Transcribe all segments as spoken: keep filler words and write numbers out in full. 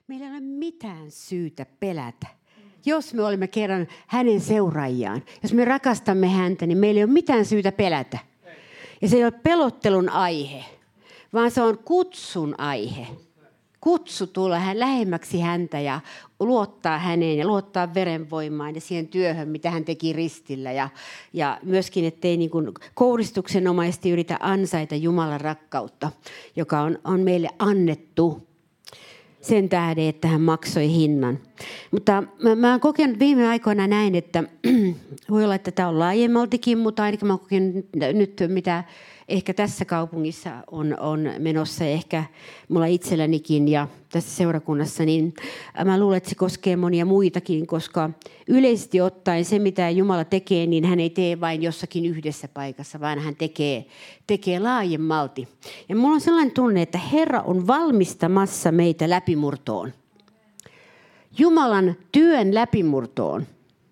Meillä ei ole mitään syytä pelätä. Jos me olemme kerran hänen seuraajiaan, jos me rakastamme häntä, niin meillä ei ole mitään syytä pelätä. Ja se ei ole pelottelun aihe, vaan se on kutsun aihe. Kutsu tulla hän lähemmäksi häntä ja luottaa häneen ja luottaa verenvoimaan ja siihen työhön, mitä hän teki ristillä. Ja, ja myöskin, ettei niin kuin kouristuksenomaisesti yritä ansaita Jumalan rakkautta, joka on, on meille annettu sen tähden, että hän maksoi hinnan. Mutta mä, mä oon kokenut viime aikoina näin, että voi olla, että tämä on laajemmaltikin, mutta ainakin mä oon kokenut nyt, mitä ehkä tässä kaupungissa on, on menossa, ehkä mulla itsellänikin ja tässä seurakunnassa, niin mä luulen, että se koskee monia muitakin, koska yleisesti ottaen se, mitä Jumala tekee, niin hän ei tee vain jossakin yhdessä paikassa, vaan hän tekee, tekee laajemmalti. Ja mulla on sellainen tunne, että Herra on valmistamassa meitä läpimurtoon. Jumalan työn läpimurtoon.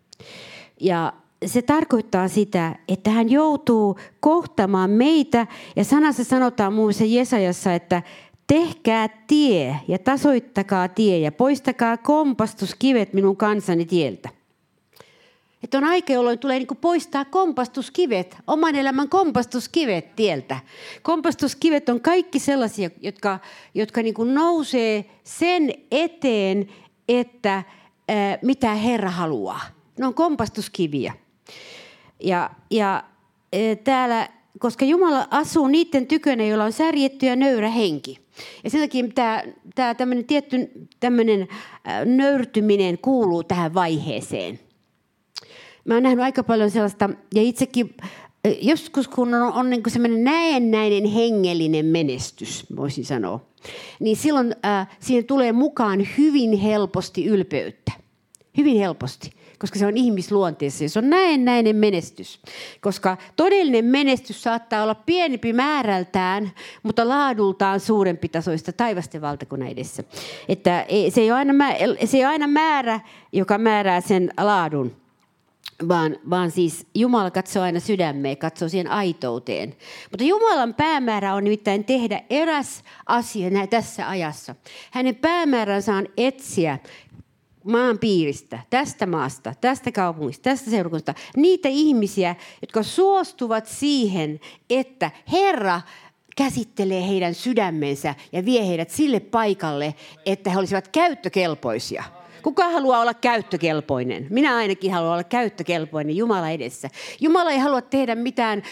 Ja se tarkoittaa sitä, että hän joutuu kohtamaan meitä, ja sanassa sanotaan muun muassa Jesajassa, että tehkää tie ja tasoittakaa tie ja poistakaa kompastuskivet minun kansani tieltä. Että on aika, jolloin tulee niin kuin poistaa kompastuskivet, oman elämän kompastuskivet tieltä. Kompastuskivet on kaikki sellaisia, jotka, jotka niin kuin nousee sen eteen, että ää, mitä Herra haluaa. Ne on kompastuskiviä. Ja, ja e, täällä, koska Jumala asuu niiden tykönä, joilla on särjetty ja nöyrä henki. Ja sen takia tämä, tämä tämmöinen tietty tämmöinen nöyrtyminen kuuluu tähän vaiheeseen. Mä oon nähnyt aika paljon sellaista, ja itsekin joskus kun on, on niin kuin semmoinen näennäinen hengellinen menestys, voisin sanoa, niin silloin äh, siihen tulee mukaan hyvin helposti ylpeyttä. Hyvin helposti. Koska se on ihmisluonteessa ja se on näennäinen menestys. Koska todellinen menestys saattaa olla pienempi määrältään, mutta laadultaan suurempi tasoista taivasten valtakunnan edessä. Että se ei ole aina, se ei ole aina määrä, joka määrää sen laadun, vaan, vaan siis Jumala katsoo aina sydämeen, katsoo siihen aitouteen. Mutta Jumalan päämäärä on nimittäin tehdä eräs asia näin tässä ajassa. Hänen päämääränsä on etsiä maan piiristä, tästä maasta, tästä kaupungista, tästä seurakunnasta, niitä ihmisiä, jotka suostuvat siihen, että Herra käsittelee heidän sydämensä ja vie heidät sille paikalle, että he olisivat käyttökelpoisia. Kuka haluaa olla käyttökelpoinen? Minä ainakin haluan olla käyttökelpoinen Jumala edessä. Jumala ei halua tehdä mitään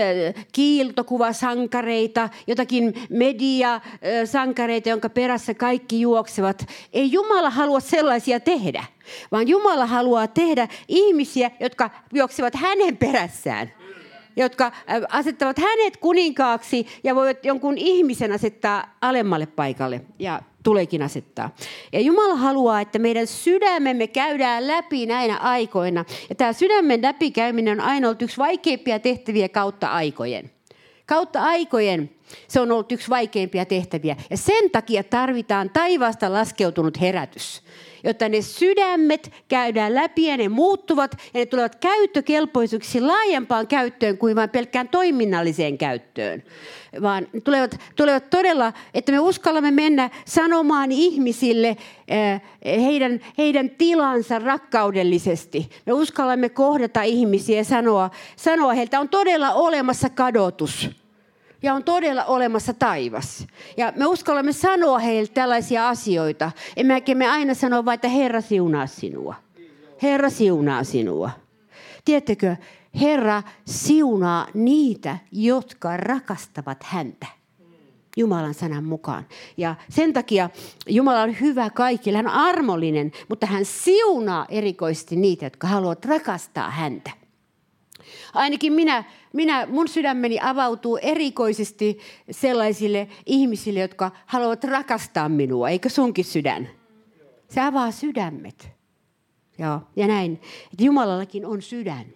kiiltokuvasankareita, jotakin mediasankareita, jonka perässä kaikki juoksevat. Ei Jumala halua sellaisia tehdä, vaan Jumala haluaa tehdä ihmisiä, jotka juoksevat hänen perässään. Jotka asettavat hänet kuninkaaksi ja voivat jonkun ihmisen asettaa alemmalle paikalle ja tuleekin asettaa. Ja Jumala haluaa, että meidän sydämemme käydään läpi näinä aikoina. Ja tämä sydämen läpikäyminen on aina ollut yksi vaikeimpia tehtäviä kautta aikojen. Kautta aikojen se on ollut yksi vaikeimpia tehtäviä. Ja sen takia tarvitaan taivaasta laskeutunut herätys, jotta ne sydämet käydään läpi ja ne muuttuvat ja ne tulevat käyttökelpoisuuksiksi laajempaan käyttöön kuin vain pelkkään toiminnalliseen käyttöön. Vaan ne tulevat, tulevat todella, että me uskallamme mennä sanomaan ihmisille heidän, heidän tilansa rakkaudellisesti. Me uskallamme kohdata ihmisiä ja sanoa, sanoa heiltä on todella olemassa kadotus. Ja on todella olemassa taivas. Ja me uskallamme sanoa heille tällaisia asioita. Emmekä me aina sano vain, että Herra siunaa sinua. Herra siunaa sinua. Tiedättekö, Herra siunaa niitä, jotka rakastavat häntä. Jumalan sanan mukaan. Ja sen takia Jumala on hyvä kaikille. Hän on armollinen, mutta hän siunaa erikoisesti niitä, jotka haluavat rakastaa häntä. Ainakin minä, minä, mun sydämeni avautuu erikoisesti sellaisille ihmisille, jotka haluavat rakastaa minua. Eikö sunkin sydän? Se avaa sydämet. Joo, ja näin, että Jumalallakin on sydän.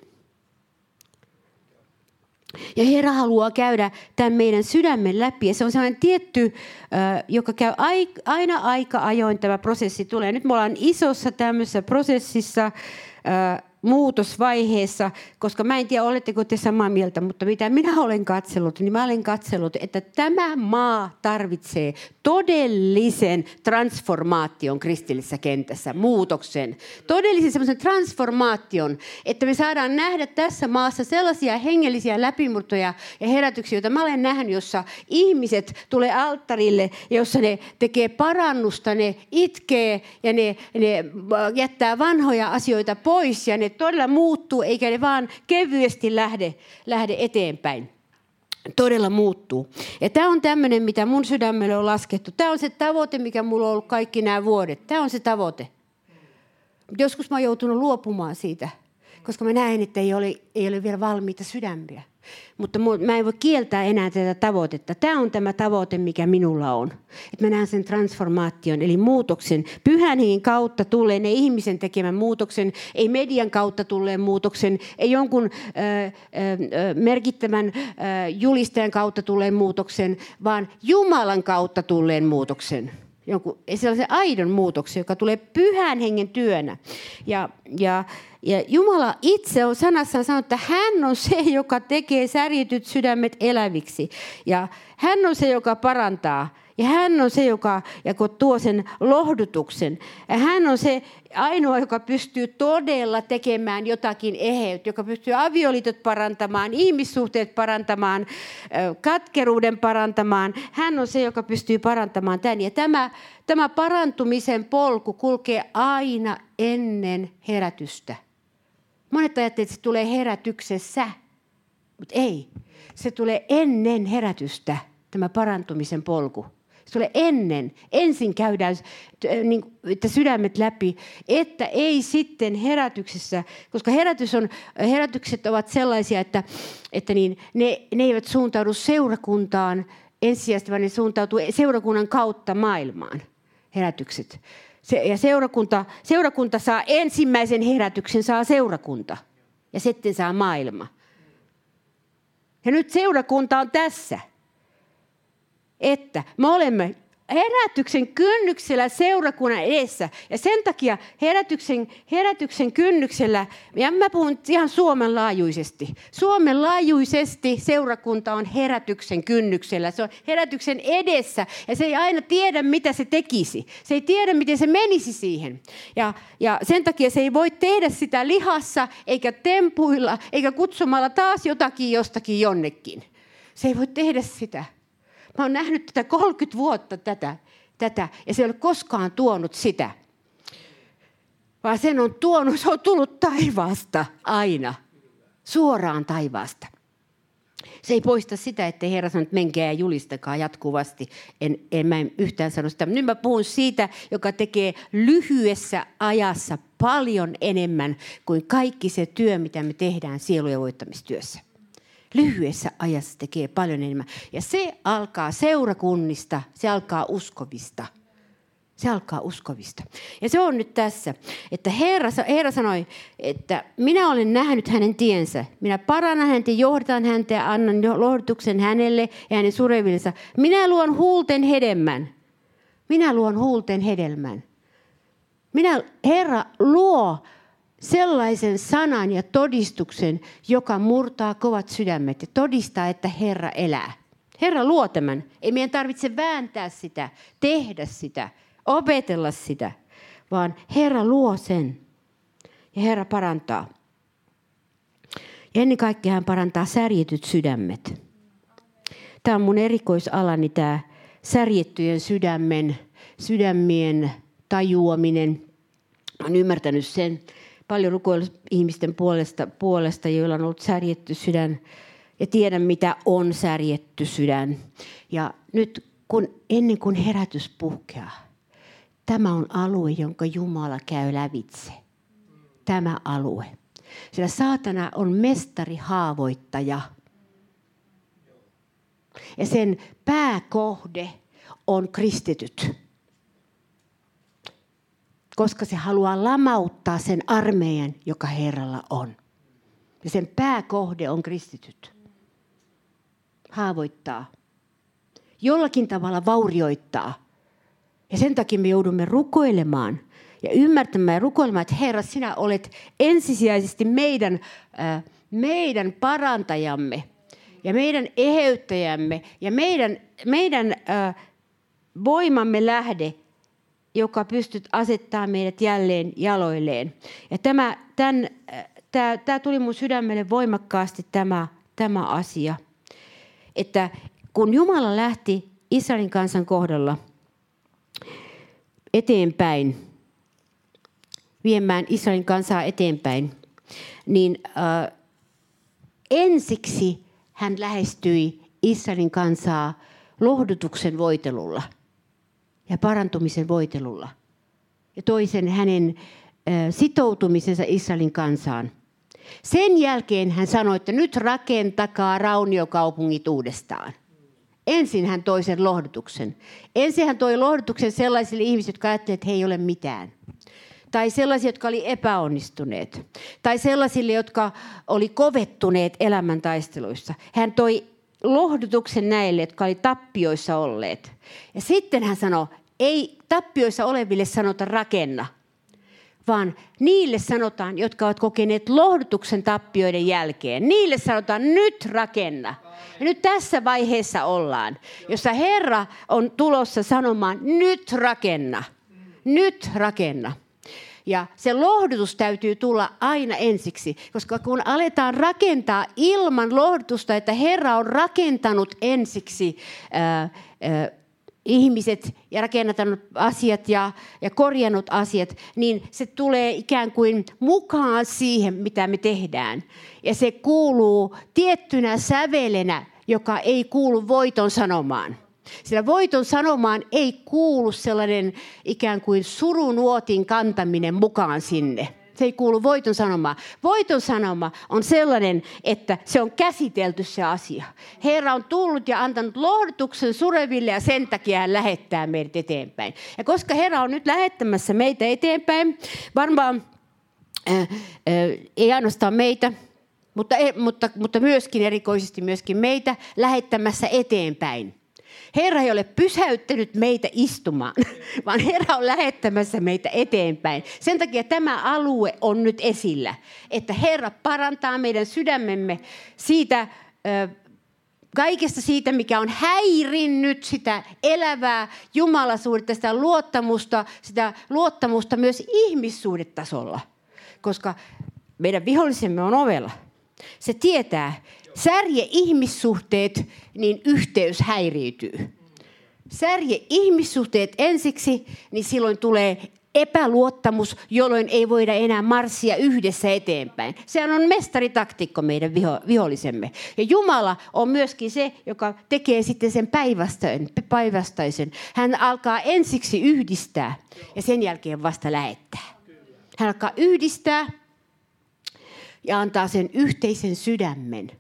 Ja Herra haluaa käydä tämän meidän sydämen läpi. Ja se on sellainen tietty, joka käy aina aika ajoin tämä prosessi tulee. Nyt me ollaan isossa tämmöisessä prosessissa, muutosvaiheessa, koska mä en tiedä, oletteko te samaa mieltä, mutta mitä minä olen katsellut, niin mä olen katsellut, että tämä maa tarvitsee todellisen transformaation kristillisessä kentässä, muutoksen. Todellisen semmoisen transformaation, että me saadaan nähdä tässä maassa sellaisia hengellisiä läpimurtoja ja herätyksiä, joita mä olen nähnyt, jossa ihmiset tulee alttarille, jossa ne tekee parannusta, ne itkee ja ne, ne jättää vanhoja asioita pois ja ne todella muuttuu, eikä ne vaan kevyesti lähde, lähde eteenpäin. Todella muuttuu. Ja tämä on tämmöinen, mitä mun sydämelle on laskettu. Tämä on se tavoite, mikä mulla on ollut kaikki nämä vuodet. Tämä on se tavoite. Joskus mä oon joutunut luopumaan siitä, koska mä näen, että ei ole, ei ole vielä valmiita sydämiä. Mutta mä en voi kieltää enää tätä tavoitetta. Tämä on tämä tavoite, mikä minulla on. Että mä näen sen transformaation, eli muutoksen. Pyhän hengen kautta tulee ne ihmisen tekemän muutoksen, ei median kautta tulleen muutoksen, ei jonkun äh, äh, merkittävän äh, julistajan kautta tulleen muutoksen, vaan Jumalan kautta tulleen muutoksen. Jonkun sellaisen aidon muutoksen, joka tulee pyhän hengen työnä. Ja, ja, ja Jumala itse on sanassaan sanonut, että hän on se, joka tekee särjetyt sydämet eläviksi. Ja hän on se, joka parantaa. Ja hän on se, joka, joka tuo sen lohdutuksen. Ja hän on se ainoa, joka pystyy todella tekemään jotakin eheyttä, joka pystyy avioliitot parantamaan, ihmissuhteet parantamaan, katkeruuden parantamaan. Hän on se, joka pystyy parantamaan tämän. Ja tämä, tämä parantumisen polku kulkee aina ennen herätystä. Monet ajattelevat, että se tulee herätyksessä, mutta ei. Se tulee ennen herätystä, tämä parantumisen polku. Se tulee ennen. Ensin käydään niin, että sydämet läpi, että ei sitten herätyksessä, koska herätys on, herätykset ovat sellaisia, että, että niin, ne, ne eivät suuntaudu seurakuntaan ensisijaisesti, vaan ne suuntautuu seurakunnan kautta maailmaan, herätykset. Se, ja seurakunta, seurakunta saa ensimmäisen herätyksen, saa seurakunta ja sitten saa maailma. Ja nyt seurakunta on tässä. Että me olemme herätyksen kynnyksellä seurakunnan edessä. Ja sen takia herätyksen, herätyksen kynnyksellä, ja mä puhun ihan Suomen laajuisesti. Suomen laajuisesti seurakunta on herätyksen kynnyksellä. Se on herätyksen edessä. Ja se ei aina tiedä, mitä se tekisi. Se ei tiedä, miten se menisi siihen. Ja, ja sen takia se ei voi tehdä sitä lihassa, eikä tempuilla, eikä kutsumalla taas jotakin jostakin jonnekin. Se ei voi tehdä sitä. Mä oon nähnyt tätä kolmekymmentä vuotta tätä, tätä ja se ei ole koskaan tuonut sitä. Vaan sen on tuonut, se on tullut taivaasta aina. Suoraan taivaasta. Se ei poista sitä, että Herra sanoo, että menkää ja julistakaa jatkuvasti. En, en, mä en yhtään sano sitä. Nyt mä puhun siitä, joka tekee lyhyessä ajassa paljon enemmän kuin kaikki se työ, mitä me tehdään sielujen voittamistyössä. Lyhyessä ajassa tekee paljon enemmän. Ja se alkaa seurakunnista, se alkaa uskovista. Se alkaa uskovista. Ja se on nyt tässä, että Herra, Herra sanoi, että minä olen nähnyt hänen tiensä. Minä parannan häntä, johdan häntä ja annan lohdutuksen hänelle ja hänen surevillensa. Minä luon huulten hedelmän. Minä luon huulten hedelmän. Minä, Herra luo sellaisen sanan ja todistuksen, joka murtaa kovat sydämet ja todistaa, että Herra elää. Herra luo tämän. Ei meidän tarvitse vääntää sitä, tehdä sitä, opetella sitä, vaan Herra luo sen. Ja Herra parantaa. Ja ennen kaikkea hän parantaa särjetyt sydämet. Tämä on mun erikoisalani, tämä särjettyjen sydämen, sydämien tajuaminen. Olen ymmärtänyt sen. Paljon rukoillut ihmisten puolesta, puolesta, joilla on ollut särjetty sydän ja tiedän, mitä on särjetty sydän. Ja nyt kun, ennen kuin herätys puhkeaa, tämä on alue, jonka Jumala käy lävitse. Tämä alue. Sillä saatana on mestari haavoittaja. Ja sen pääkohde on kristityt. Koska se haluaa lamauttaa sen armeijan, joka Herralla on. Ja sen pääkohde on kristityt. Haavoittaa. Jollakin tavalla vaurioittaa. Ja sen takia me joudumme rukoilemaan ja ymmärtämään ja rukoilemaan, että Herra, sinä olet ensisijaisesti meidän, äh, meidän parantajamme ja meidän eheyttäjämme ja meidän, meidän äh, voimamme lähde, joka pystyt asettamaan meidät jälleen jaloilleen. Ja tämä, tämän, tämä, tämä tuli mun sydämelle voimakkaasti tämä, tämä asia, että kun Jumala lähti Israelin kansan kohdalla eteenpäin, viemään Israelin kansaa eteenpäin, niin äh, ensiksi hän lähestyi Israelin kansaa lohdutuksen voitelulla ja parantumisen voitelulla. Ja toisen hänen äh, sitoutumisensa Israelin kansaan. Sen jälkeen hän sanoi, että nyt rakentakaa rauniokaupungit uudestaan. Ensin hän toi sen lohdutuksen. Ensin hän toi lohdutuksen sellaisille ihmisille, jotka ajattelivat, että he ei ole mitään. Tai sellaisille, jotka oli epäonnistuneet. Tai sellaisille, jotka oli kovettuneet elämän taisteluissa. Hän toi lohdutuksen näille, jotka oli tappioissa olleet. Ja sitten hän sanoi, ei tappioissa oleville sanota rakenna, vaan niille sanotaan, jotka ovat kokeneet lohdutuksen tappioiden jälkeen. Niille sanotaan, nyt rakenna. Ja nyt tässä vaiheessa ollaan, jossa Herra on tulossa sanomaan, nyt rakenna. Nyt rakenna. Ja se lohdutus täytyy tulla aina ensiksi, koska kun aletaan rakentaa ilman lohdutusta, että Herra on rakentanut ensiksi ää, ää, ihmiset ja rakennattanut asiat ja, ja korjannut asiat, niin se tulee ikään kuin mukaan siihen, mitä me tehdään. Ja se kuuluu tiettynä sävelenä, joka ei kuulu voiton sanomaan. Sillä voiton sanomaan ei kuulu sellainen ikään kuin surunuotin kantaminen mukaan sinne. Se ei kuulu voiton sanomaan. Voiton sanoma on sellainen, että se on käsitelty se asia. Herra on tullut ja antanut lohdutuksen sureville ja sen takia hän lähettää meidät eteenpäin. Ja koska Herra on nyt lähettämässä meitä eteenpäin, varmaan äh, äh, ei ainoastaan meitä, mutta, mutta, mutta myöskin erikoisesti myöskin meitä lähettämässä eteenpäin. Herra ei ole pysäyttänyt meitä istumaan, vaan Herra on lähettämässä meitä eteenpäin. Sen takia tämä alue on nyt esillä, että Herra parantaa meidän sydämemme siitä, kaikesta siitä, mikä on häirinnyt sitä elävää jumalaisuudetta, sitä luottamusta, sitä luottamusta myös ihmissuhdetasolla. Koska meidän vihollisemme on ovella. Se tietää, särje ihmissuhteet, niin yhteys häiriytyy. Särje ihmissuhteet ensiksi, niin silloin tulee epäluottamus, jolloin ei voida enää marssia yhdessä eteenpäin. Sehän on mestaritaktikko meidän viho, vihollisemme. Ja Jumala on myöskin se, joka tekee sitten sen päinvastaisen. Hän alkaa ensiksi yhdistää ja sen jälkeen vasta lähettää. Hän alkaa yhdistää ja antaa sen yhteisen sydämen.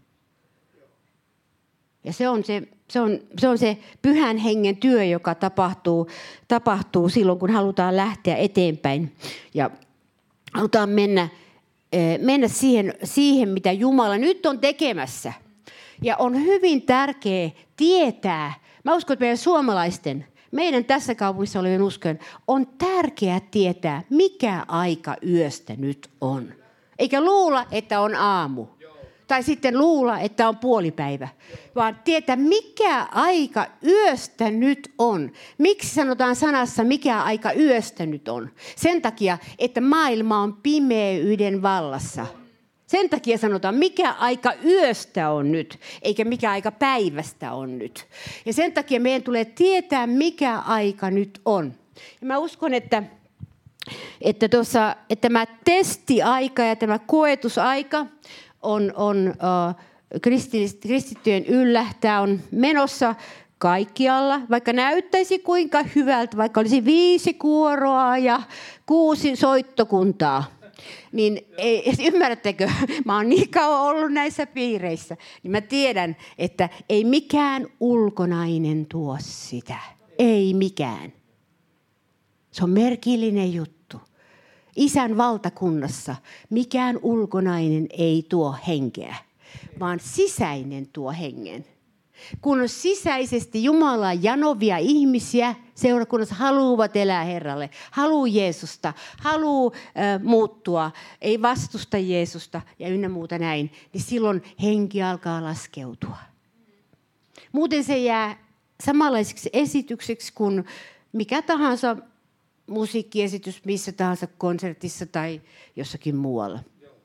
Ja se on se, se, on, se on se pyhän hengen työ, joka tapahtuu, tapahtuu silloin, kun halutaan lähteä eteenpäin. Ja halutaan mennä, mennä siihen, siihen, mitä Jumala nyt on tekemässä. Ja on hyvin tärkeää tietää, mä uskon, että meidän suomalaisten, meidän tässä kaupungissa olevien uskon, on tärkeää tietää, mikä aika yöstä nyt on. Eikä luulla, että on aamu. Tai sitten luulla, että on puolipäivä. Vaan tietää, mikä aika yöstä nyt on. Miksi sanotaan sanassa, mikä aika yöstä nyt on? Sen takia, että maailma on pimeyden vallassa. Sen takia sanotaan, mikä aika yöstä on nyt, eikä mikä aika päivästä on nyt. Ja sen takia meidän tulee tietää, mikä aika nyt on. Ja mä uskon, että Että, tuossa, että tämä testiaika ja tämä koetusaika on, on uh, kristittyjen yllä. Tämä on menossa kaikkialla, vaikka näyttäisi kuinka hyvältä, vaikka olisi viisi kuoroa ja kuusi soittokuntaa. Niin ei, ymmärrättekö, mä oon niin kauan ollut näissä piireissä, niin mä tiedän, että ei mikään ulkonainen tuo sitä. Ei mikään. Se on merkillinen juttu. Isän valtakunnassa mikään ulkonainen ei tuo henkeä, vaan sisäinen tuo hengen. kun on sisäisesti Jumalaa janovia ihmisiä seurakunnassa, haluavat elää Herralle, haluaa Jeesusta, haluaa äh, muuttua, ei vastusta Jeesusta ja ynnä muuta näin, niin silloin henki alkaa laskeutua. Muuten se jää samanlaiseksi esitykseksi kuin mikä tahansa musiikkiesitys missä tahansa konsertissa tai jossakin muualla.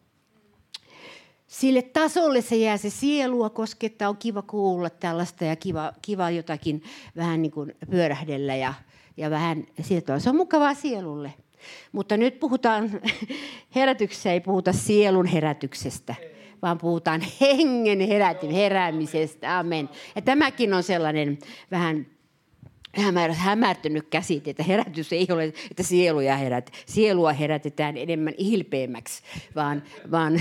Sille tasolle se jää se sielua koskettaa, on kiva kuulla tällaista ja kiva, kiva jotakin vähän niin kuin pyörähdellä ja, ja vähän sieltä. Se on mukavaa sielulle. Mutta nyt puhutaan, herätyksessä ei puhuta sielun herätyksestä, vaan puhutaan hengen heräty, heräämisestä. Amen. Ja tämäkin on sellainen vähän hämärtynyt käsite, että herätys ei ole, että sieluja herät, sielua herätetään enemmän hilpeämmäksi, vaan, vaan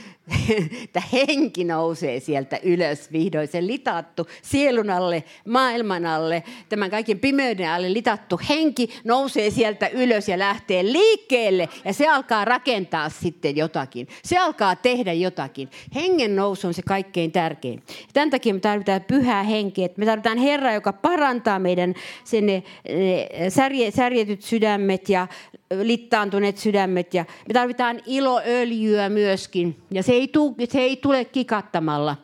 että henki nousee sieltä ylös vihdoin. Se litattu sielun alle, maailman alle, tämän kaiken pimeyden alle litattu henki nousee sieltä ylös ja lähtee liikkeelle. Ja se alkaa rakentaa sitten jotakin. Se alkaa tehdä jotakin. Hengen nousu on se kaikkein tärkein. Tämän takia me tarvitaan pyhää henkeä. Me tarvitaan Herra, joka parantaa meidän sen ne, ne särje, särjetyt sydämet ja littaantuneet sydämet. Ja me tarvitaan iloöljyä myöskin. Ja se ei, tule, se ei tule kikattamalla,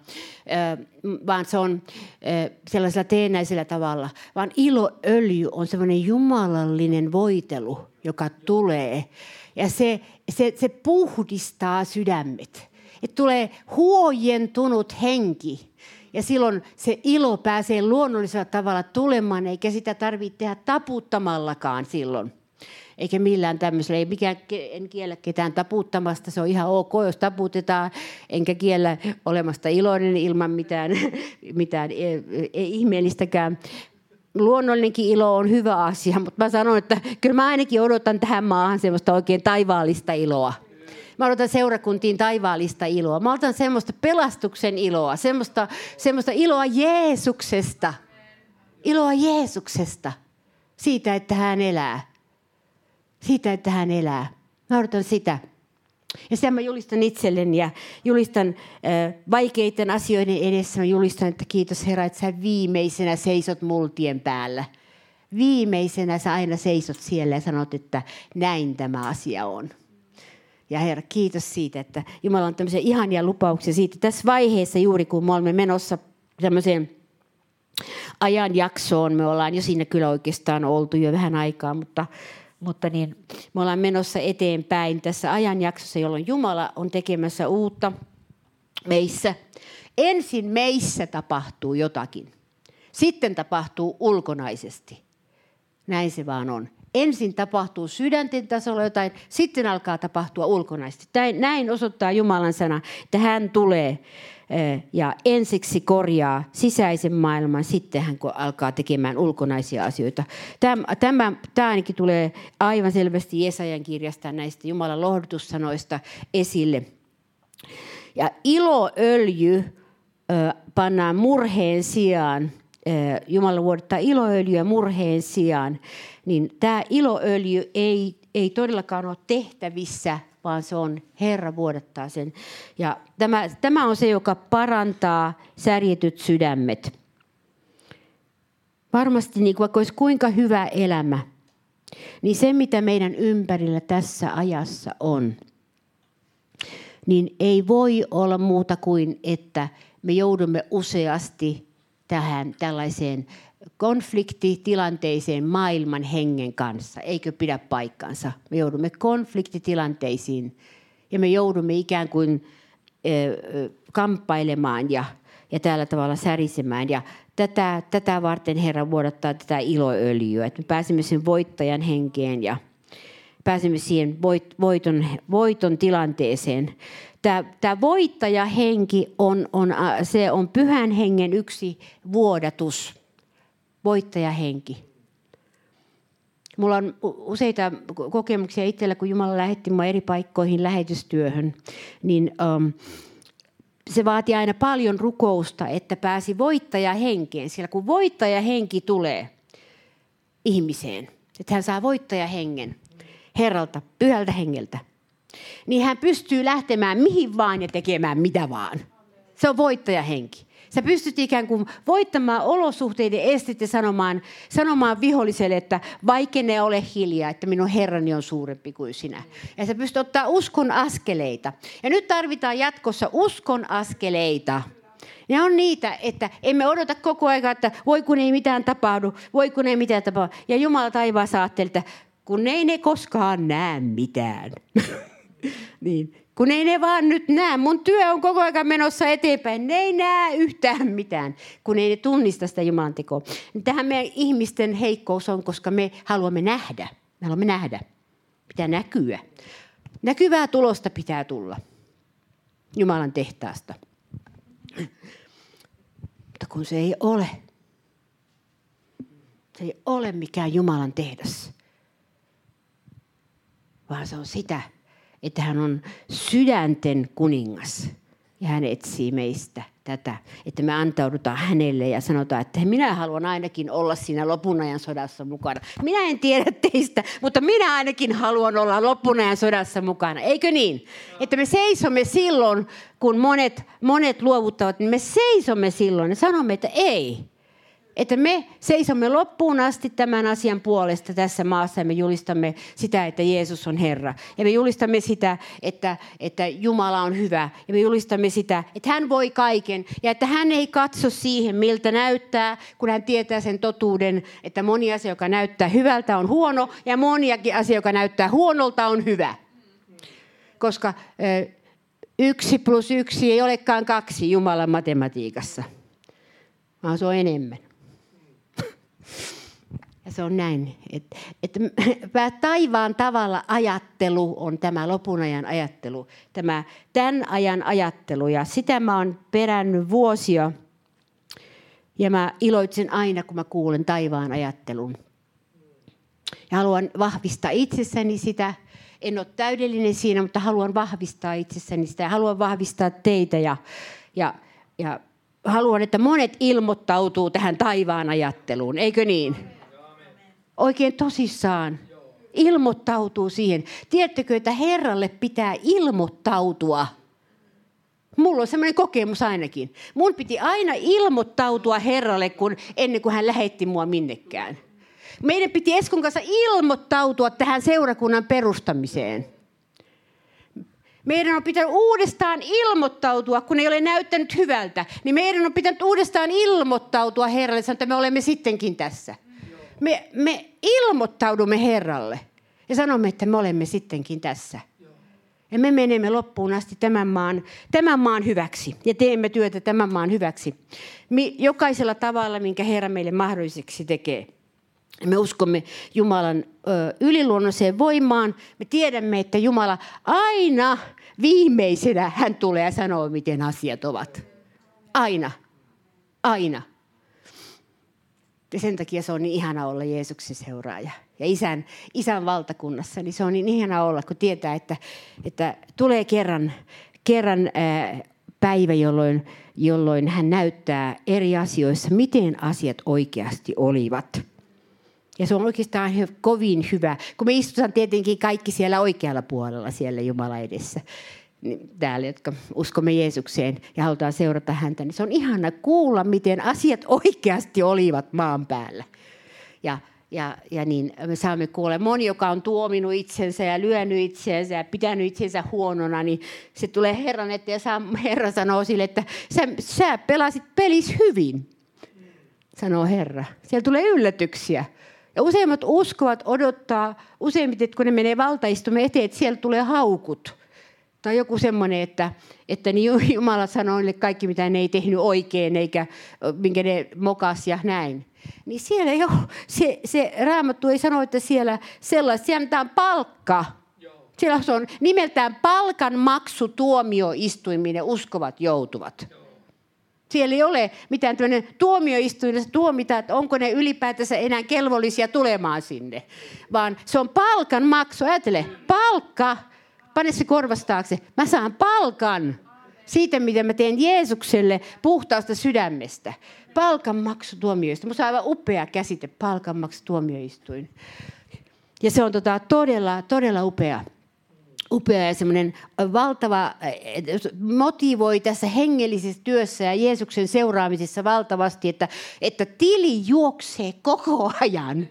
vaan se on sellaisella teennäisellä tavalla. Vaan iloöljy on sellainen jumalallinen voitelu, joka tulee. Ja se, se, se puhdistaa sydämet. Että tulee huojentunut henki. Ja silloin se ilo pääsee luonnollisella tavalla tulemaan, eikä sitä tarvitse tehdä taputtamallakaan silloin. Eikä millään tämmöisellä. Ei mikään, en kiellä ketään taputtamasta, se on ihan ok, jos taputetaan. Enkä kiellä olemasta iloinen ilman mitään, mitään ihmeellistäkään. Luonnollinenkin ilo on hyvä asia, mutta mä sanon, että kyllä mä ainakin odotan tähän maahan semmoista oikein taivaallista iloa. Mä odotan seurakuntiin taivaallista iloa. Mä odotan semmoista pelastuksen iloa, semmoista, semmoista iloa Jeesuksesta. Iloa Jeesuksesta. Siitä, että hän elää. Siitä, että hän elää. Mä odotan sitä. Ja sitä mä julistan itselleni ja julistan äh, vaikeiden asioiden edessä. Mä julistan, että kiitos Herra, että sä viimeisenä seisot multien päällä. Viimeisenä sä aina seisot siellä ja sanot, että näin tämä asia on. Ja Herra, kiitos siitä, että Jumala on tämmöisiä ihania lupauksia siitä. Tässä vaiheessa juuri, kun me olemme menossa tämmöiseen ajanjaksoon, me ollaan jo siinä kyllä oikeastaan oltu jo vähän aikaa, mutta, mutta niin, me ollaan menossa eteenpäin tässä ajanjaksossa, jolloin Jumala on tekemässä uutta meissä. Ensin meissä tapahtuu jotakin, sitten tapahtuu ulkonaisesti. Näin se vaan on. Ensin tapahtuu sydänten tasolla jotain, sitten alkaa tapahtua ulkonaisesti. Näin osoittaa Jumalan sana, että hän tulee ja ensiksi korjaa sisäisen maailman, sitten hän alkaa tekemään ulkonaisia asioita. Tämä, tämä, tämä ainakin tulee aivan selvästi Jesajan kirjasta näistä Jumalan lohdutussanoista esille. Ja iloöljy pannaan murheen sijaan. Jumala vuodattaa iloöljyä murheen sijaan, niin tämä iloöljy ei, ei todellakaan ole tehtävissä, vaan se on Herra vuodattaa sen. Ja tämä, tämä on se, joka parantaa särjetyt sydämet. Varmasti niin vaikka olisi kuinka hyvä elämä, niin se mitä meidän ympärillä tässä ajassa on, niin ei voi olla muuta kuin, että me joudumme useasti tähän tällaiseen konfliktitilanteeseen maailman hengen kanssa. Eikö pidä paikkansa? Me joudumme konfliktitilanteisiin ja me joudumme ikään kuin äh, kamppailemaan ja, ja tällä tavalla särisemään. Ja tätä, tätä varten Herra vuodattaa tätä iloöljyä, että me pääsemme sen voittajan henkeen ja pääsemme siihen voit, voiton, voiton tilanteeseen. Tämä, tämä voittajahenki on, on, se on pyhän hengen yksi vuodatus. Voittajahenki. Mulla on useita kokemuksia itsellä, kun Jumala lähetti minua eri paikkoihin lähetystyöhön. Niin, um, se vaatii aina paljon rukousta, että pääsi voittajahenkeen. Siellä kun voittajahenki tulee ihmiseen, että hän saa voittajahengen Herralta, pyhältä hengeltä, niin hän pystyy lähtemään mihin vaan ja tekemään mitä vaan. Se on voittajahenki. Sä pystyt ikään kuin voittamaan olosuhteiden estet ja sanomaan, sanomaan viholliselle, että vaikene ole hiljaa, että minun Herrani on suurempi kuin sinä. Ja sä pystyt ottaa uskon askeleita. Ja nyt tarvitaan jatkossa uskon askeleita. Ne on niitä, että emme odota koko ajan, että voi kun ei mitään tapahdu, voi kun ei mitään tapahdu. Ja Jumala taivaassa ajattelee, että kun ei ne koskaan näe mitään. Niin. Kun ei ne vaan nyt näe. Mun työ on koko ajan menossa eteenpäin. Ne ei näe yhtään mitään, kun ei ne tunnista sitä Jumalan tekoa. Tähän meidän ihmisten heikkous on, koska me haluamme nähdä. Me haluamme nähdä. Pitää näkyä. Näkyvää tulosta pitää tulla Jumalan tehtaasta. Mutta kun se ei ole. Se ei ole mikään Jumalan tehdas. Vaan se on sitä, että hän on sydänten kuningas. Ja hän etsii meistä tätä, että me antaudutaan hänelle ja sanotaan, että minä haluan ainakin olla siinä lopun ajan sodassa mukana. Minä en tiedä teistä, mutta minä ainakin haluan olla lopun ajan sodassa mukana. Eikö niin? Että me seisomme silloin, kun monet, monet luovuttavat, niin me seisomme silloin ja sanomme, että ei. Että me seisomme loppuun asti tämän asian puolesta tässä maassa ja me julistamme sitä, että Jeesus on Herra. Ja me julistamme sitä, että, että Jumala on hyvä. Ja me julistamme sitä, että hän voi kaiken ja että hän ei katso siihen, miltä näyttää, kun hän tietää sen totuuden, että moni asia, joka näyttää hyvältä, on huono ja moniakin asia, joka näyttää huonolta, on hyvä. Koska ö, yksi plus yksi ei olekaan kaksi Jumalan matematiikassa, vaan se on enemmän. Ja se on näin, että, että taivaan tavalla ajattelu on tämä lopun ajan ajattelu, tämä tämän ajan ajattelu. Ja sitä mä oon perännyt vuosia ja mä iloitsen aina, kun mä kuulen taivaan ajattelun. Ja haluan vahvistaa itsessäni sitä. En ole täydellinen siinä, mutta haluan vahvistaa itsessäni sitä ja haluan vahvistaa teitä ja, ja, ja haluan, että monet ilmoittautuu tähän taivaan ajatteluun, eikö niin? Oikein tosissaan ilmoittautuu siihen. Tiedättekö, että Herralle pitää ilmoittautua? Mulla on semmoinen kokemus ainakin. Mun piti aina ilmoittautua Herralle, kun, ennen kuin hän lähetti mua minnekään. Meidän piti Eskon kanssa ilmoittautua tähän seurakunnan perustamiseen. Meidän on pitänyt uudestaan ilmoittautua, kun ei ole näyttänyt hyvältä. Niin meidän on pitänyt uudestaan ilmoittautua Herralle, että me olemme sittenkin tässä. Me, me ilmoittaudumme Herralle ja sanomme, että me olemme sittenkin tässä. Ja me menemme loppuun asti tämän maan, tämän maan hyväksi ja teemme työtä tämän maan hyväksi. Jokaisella tavalla, minkä Herra meille mahdolliseksi tekee. Me uskomme Jumalan ö, yliluonnolliseen voimaan. Me tiedämme, että Jumala aina viimeisenä hän tulee ja sanoo, miten asiat ovat. Aina. Aina. Ja sen takia se on niin ihana olla Jeesuksen seuraaja. Ja isän, isän valtakunnassa, niin se on niin ihana olla, kun tietää, että, että tulee kerran, kerran ää, päivä, jolloin, jolloin hän näyttää eri asioissa, miten asiat oikeasti olivat. Ja se on oikeastaan kovin hyvä, kun me istutaan tietenkin kaikki siellä oikealla puolella siellä Jumala edessä. Täällä, jotka uskomme Jeesukseen ja halutaan seurata häntä, niin se on ihana kuulla, miten asiat oikeasti olivat maan päällä. Ja, ja, ja niin me saamme kuulla, moni, joka on tuominut itsensä ja lyönyt itsensä ja pitänyt itsensä huonona, niin se tulee Herran eteen ja Herra sanoo sille, että sä, sä pelasit pelis hyvin, sanoo Herra. Siellä tulee yllätyksiä. Ja useimmat uskovat odottaa, useimmiten kun ne menee valtaistumme eteen, että siellä tulee haukut. Tai joku semmoinen, että, että niin Jumala sanoo niille kaikki, mitä ne ei tehnyt oikein, eikä minkä ne mokas ja näin. Niin siellä ei ole, se, se Raamattu ei sano, että siellä sellaista, siellä annetaan palkka. Siellä on nimeltään palkan maksu tuomioistuimiin ja uskovat joutuvat. Siellä ei ole mitään tämmöinen tuomioistuimessa tuomita, että onko ne ylipäätänsä enää kelvollisia tulemaan sinne. Vaan se on palkan maksu. Ajattele, palkka. Pane se korvas taakse. Mä saan palkan siitä, mitä mä teen Jeesukselle puhtaasta sydämestä. Palkanmaksu tuomioistuin. Musta on aivan upea käsite, palkanmaksu tuomioistuin. Ja se on tota, todella, todella upea, upea ja semmoinen valtava, motivoi tässä hengellisessä työssä ja Jeesuksen seuraamisessa valtavasti, että, että tili juoksee koko ajan.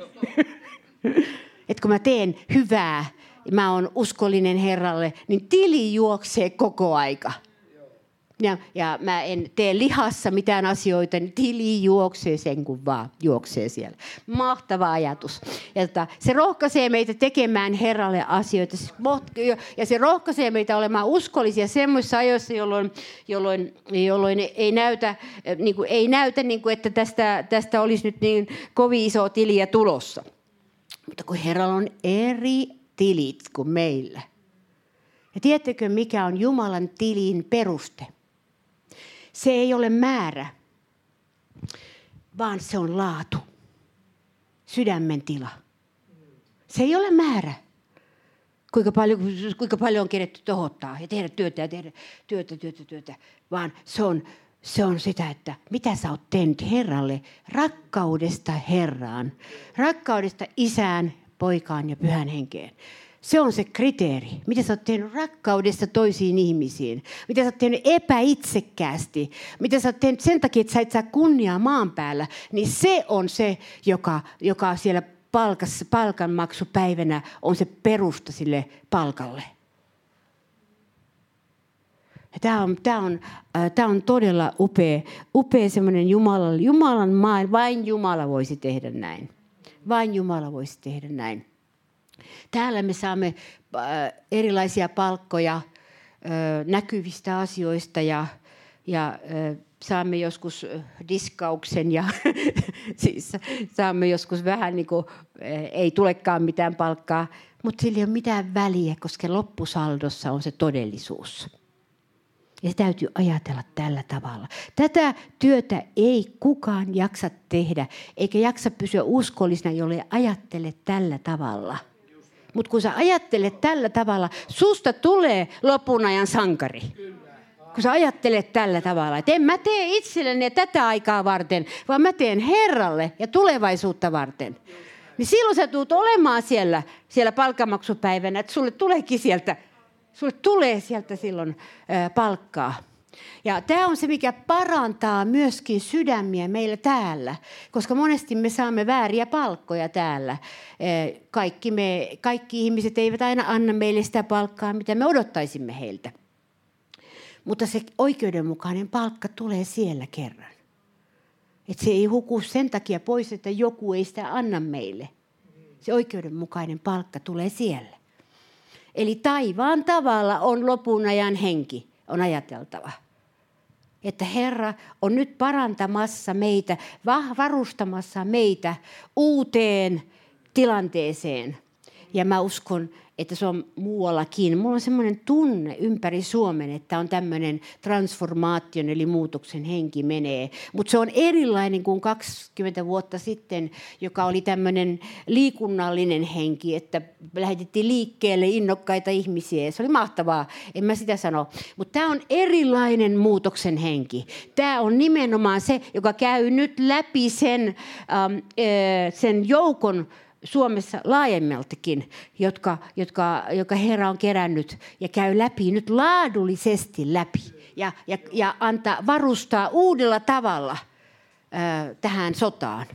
Että kun mä teen hyvää, mä oon uskollinen Herralle, niin tili juoksee koko aika. Ja, ja mä en tee lihassa mitään asioita, niin tili juoksee sen kun vaan juoksee siellä. Mahtava ajatus. Ja tota, se rohkaisee meitä tekemään Herralle asioita. Ja se rohkaisee meitä olemaan uskollisia semmoisissa ajoissa, jolloin, jolloin, jolloin ei näytä, niin kuin, ei näytä niin kuin, että tästä, tästä olisi nyt niin kovin iso tiliä tulossa. Mutta kun Herralla on eri tilit kuin meillä. Ja tiedättekö, mikä on Jumalan tilin peruste? Se ei ole määrä, vaan se on laatu, sydämen tila. Se ei ole määrä, kuinka paljon, kuinka paljon on keretty tohottaa ja tehdä työtä ja tehdä työtä, työtä, työtä, vaan se on, se on sitä, että mitä sä oot tehnyt Herralle rakkaudesta Herraan, rakkaudesta Isään, Poikaan ja Pyhän Henkeen. Se on se kriteeri. Mitä sä oot tehnyt rakkaudesta toisiin ihmisiin. Mitä sä oot tehnyt epäitsekkäästi. Mitä sä oot tehnyt sen takia, että sä et saa kunniaa maan päällä. Niin se on se, joka, joka siellä palkassa, palkanmaksupäivänä on se perusta sille palkalle. Tämä on, tämä on, äh, tämä on todella upea, upea semmoinen Jumalan, Jumalan maailma. Vain Jumala voisi tehdä näin. Vain Jumala voisi tehdä näin. Täällä me saamme erilaisia palkkoja näkyvistä asioista ja, ja saamme joskus diskauksen ja siis saamme joskus vähän niin kuin ei tulekaan mitään palkkaa, mutta sillä ei ole mitään väliä, koska loppusaldossa on se todellisuus. Ja se täytyy ajatella tällä tavalla. Tätä työtä ei kukaan jaksa tehdä, eikä jaksa pysyä uskollisena, jolle ajattele tällä tavalla. Mutta kun sä ajattelet tällä tavalla, susta tulee lopun ajan sankari. Kun sä ajattelet tällä tavalla, että en mä tee itselleni tätä aikaa varten, vaan mä teen Herralle ja tulevaisuutta varten. Niin silloin sä tulet olemaan siellä, siellä palkanmaksupäivänä, että sulle tuleekin sieltä, sulle tulee sieltä silloin ää, palkkaa. Ja tämä on se, mikä parantaa myöskin sydämiä meillä täällä, koska monesti me saamme vääriä palkkoja täällä. Kaikki, me, kaikki ihmiset eivät aina anna meille sitä palkkaa, mitä me odottaisimme heiltä. Mutta se oikeudenmukainen palkka tulee siellä kerran. Että se ei huku sen takia pois, että joku ei sitä anna meille. Se oikeudenmukainen palkka tulee siellä. Eli taivaan tavalla on lopun ajan henki, on ajateltava. Että Herra on nyt parantamassa meitä, varustamassa meitä uuteen tilanteeseen. Ja mä uskon, että se on muuallakin. Mulla on semmoinen tunne ympäri Suomen, että on tämmöinen transformaation eli muutoksen henki menee. Mutta se on erilainen kuin kaksikymmentä vuotta sitten, joka oli tämmöinen liikunnallinen henki, että lähetettiin liikkeelle innokkaita ihmisiä. Se oli mahtavaa, en mä sitä sano. Mutta tämä on erilainen muutoksen henki. Tämä on nimenomaan se, joka käy nyt läpi sen, ähm, sen joukon Suomessa laajemmaltakin, jotka, jotka, joka Herra on kerännyt ja käy läpi nyt laadullisesti läpi ja, ja, ja antaa varustaa uudella tavalla ää, tähän sotaan.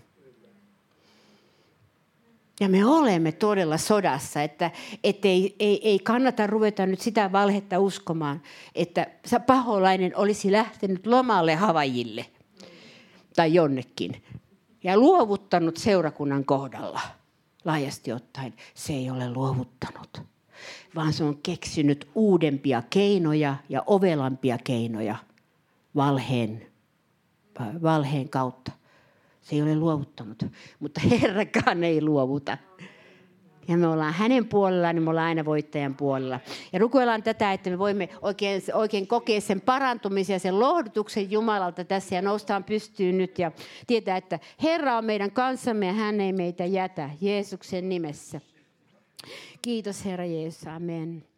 Ja me olemme todella sodassa, että ei, ei, ei kannata ruveta nyt sitä valhetta uskomaan, että paholainen olisi lähtenyt lomalle Havaijille tai jonnekin ja luovuttanut seurakunnan kohdalla. Laajasti ottaen se ei ole luovuttanut, vaan se on keksinyt uudempia keinoja ja ovelampia keinoja valheen, valheen kautta. Se ei ole luovuttanut, mutta Herrakaan ei luovuta. Ja me ollaan hänen puolellaan, niin me ollaan aina voittajan puolella. Ja rukoillaan tätä, että me voimme oikein, oikein kokea sen parantumisen ja sen lohdutuksen Jumalalta tässä ja noustaan pystyyn nyt ja tietää, että Herra on meidän kanssamme ja hän ei meitä jätä Jeesuksen nimessä. Kiitos Herra Jeesus, amen.